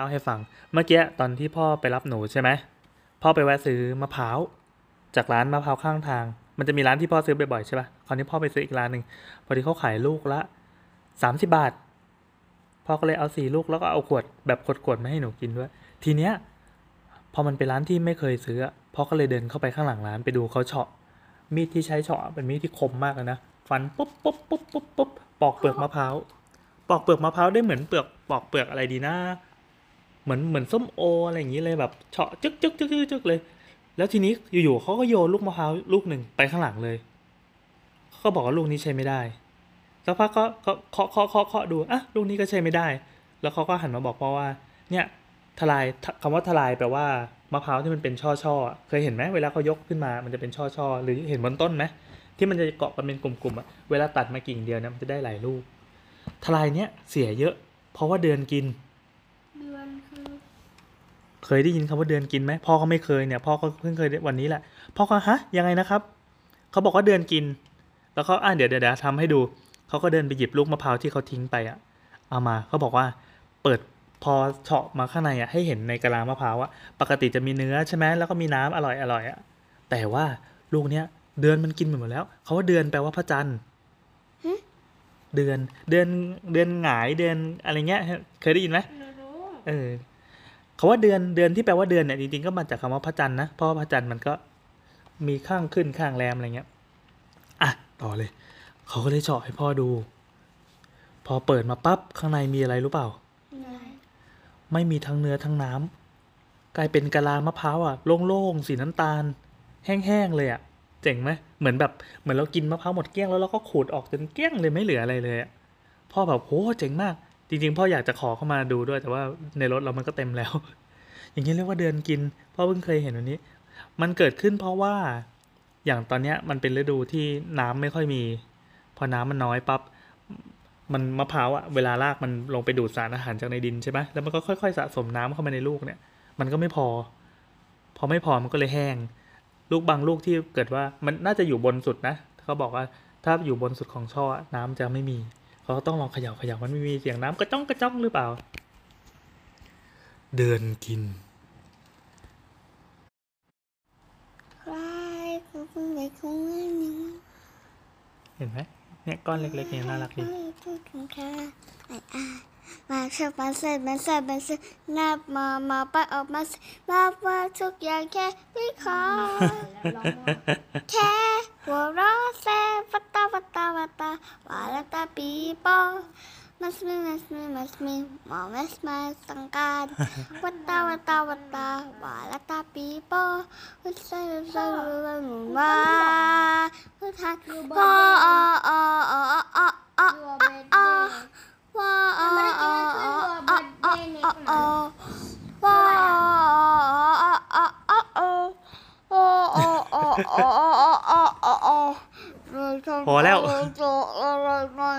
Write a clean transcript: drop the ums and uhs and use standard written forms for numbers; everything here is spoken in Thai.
ล่าให้ฟังเมื่อกี้ตอนที่พ่อไปรับหนูใช่ไหมพ่อไปแวะซื้อมะพร้าวจากร้านมะพร้าวข้างทางมันจะมีร้านที่พ่อซื้อบ่อยๆใช่ป่ะคราวนี้พ่อไปซื้ออีกร้านหนึ่งพอดีเขาขายลูกละ30 บาทพ่อก็เลยเอา4 ลูกแล้วก็เอาขวดแบบขวดๆมาให้หนูกินด้วยทีเนี้ยพอมันเป็นร้านที่ไม่เคยซื้อพ่อก็เลยเดินเข้าไปข้างหลังร้านไปดูเขาเฉาะมีดที่ใช้เฉาะเป็นมีดที่คมมากเลยนะฟันปุ๊บปุ๊บปุ๊บปุ๊บปุ๊บปอกเปลือกมะพร้าวปอกเปลือกมะพร้าวได้เหมือนเปลือกปอกเปลือกอะไรดีนะเหมือนส้มโออะไรอย่างนี้เลยแบบเฉาะจึ๊กจึ๊กจึ๊กจึ๊กเลยแล้วทีนี้อยู่ๆเขาก็โยนลูกมะพร้าวลูกหนึ่งไปข้างหลังเลยเขาก็บอกว่าลูกนี้ใช้ไม่ได้สักพักก็เคาะดูอ่ะลูกนี้ก็ใช้ไม่ได้แล้วเขาก็หันมาบอกพ่อว่าเนี่ยทลายคำว่าทลายแปลว่ามะพร้าวที่มันเป็นช่อเคยเห็นไหมเวลาเขายกขึ้นมามันจะเป็นช่อหรือเห็นบนต้นไหมที่มันจะเกาะกันเป็นกลุ่มๆเวลาตัดมากิ่งเดียวนะมันจะได้หลายลูกทลายเนี้ยเสียเยอะเพราะว่าเดือนกินเดือนคือเคยได้ยินคำว่าเดือนกินไหมพ่อก็ไม่เคยเนี่ยพ่อก็เพิ่งเคยวันนี้แหละพ่อก็ฮะยังไงนะครับเขาบอกว่าเดือนกินแล้วเขาเดี๋ยวทำให้ดูเขาก็เดินไปหยิบลูกมะพร้าวที่เขาทิ้งไปเอามาเขาบอกว่าเปิดพอเฉาะมาข้างในให้เห็นในกะลามะพร้าวปกติจะมีเนื้อใช่ไหมแล้วก็มีน้ำอร่อยแต่ว่าลูกเนี้ยเดือนมันกินหมดแล้วเขาว่าเดือนแปลว่าพระจันทร์เดือนหงายเดือนอะไรเงี้ยเคยได้ยินไหมเออเขาว่าเดือนที่แปลว่าเดือนเนี่ยจริงๆก็มาจากคำว่าพระจันทร์นะเพราะว่าพระจันทร์มันก็มีข้างขึ้นข้างแรมอะไรเงี้ยต่อเลยเขาก็เลยเฉาะให้พ่อดูพอเปิดมาปั๊บข้างในมีอะไรรู้เปล่าไม่มีทั้งเนื้อทั้งน้ำกลายเป็นกะลามะพร้าวโล่งๆสีน้ำตาลแห้งๆเลยเจ๋งไหมเหมือนเรากินมะพร้าวหมดเกลี้ยงแล้วเราก็ขูดออกจนเกลี้ยงเลยไม่เหลืออะไรเลยพ่อแบบโหเจ๋งมากจริงๆพ่ออยากจะขอเข้ามาดูด้วยแต่ว่าในรถเรามันก็เต็มแล้วอย่างนี้เรียกว่าเดือนกินพ่อเพิ่งเคยเห็นวันนี้มันเกิดขึ้นเพราะว่าอย่างตอนเนี้ยมันเป็นฤดูที่น้ำไม่ค่อยมีพอน้ำมันน้อยปั๊บมันมะพร้าวเวลารากมันลงไปดูดสารอาหารจากในดินใช่ไหมแล้วมันก็ค่อยๆสะสมน้ำเข้ามาในลูกเนี่ยมันก็ไม่พอไม่พอมันก็เลยแห้งลูกบางลูกที่เกิดว่ามันน่าจะอยู่บนสุดนะเขาบอกว่าถ้าอยู่บนสุดของช่อน้ำจะไม่มีเขาต้องลองเขย่ามันไม่มีเสียงน้ำกระจ้องหรือเปล่าเดินกินเห็นไหมเนี่ยก้อนเล็กๆเนี่ยน่ารักดีมาชอบมาเสร็จนับมาไปออกมานับว่าทุกอย่างแค่ไม่ขอแค่หัวเราะแซ่วัตตาวาลาตาปีโป้มัสมีหมอมัสมาสังการวัตตาวาลาตาปีโป้วัตตาหมุนว่าพุทธังว้าพอแล้ว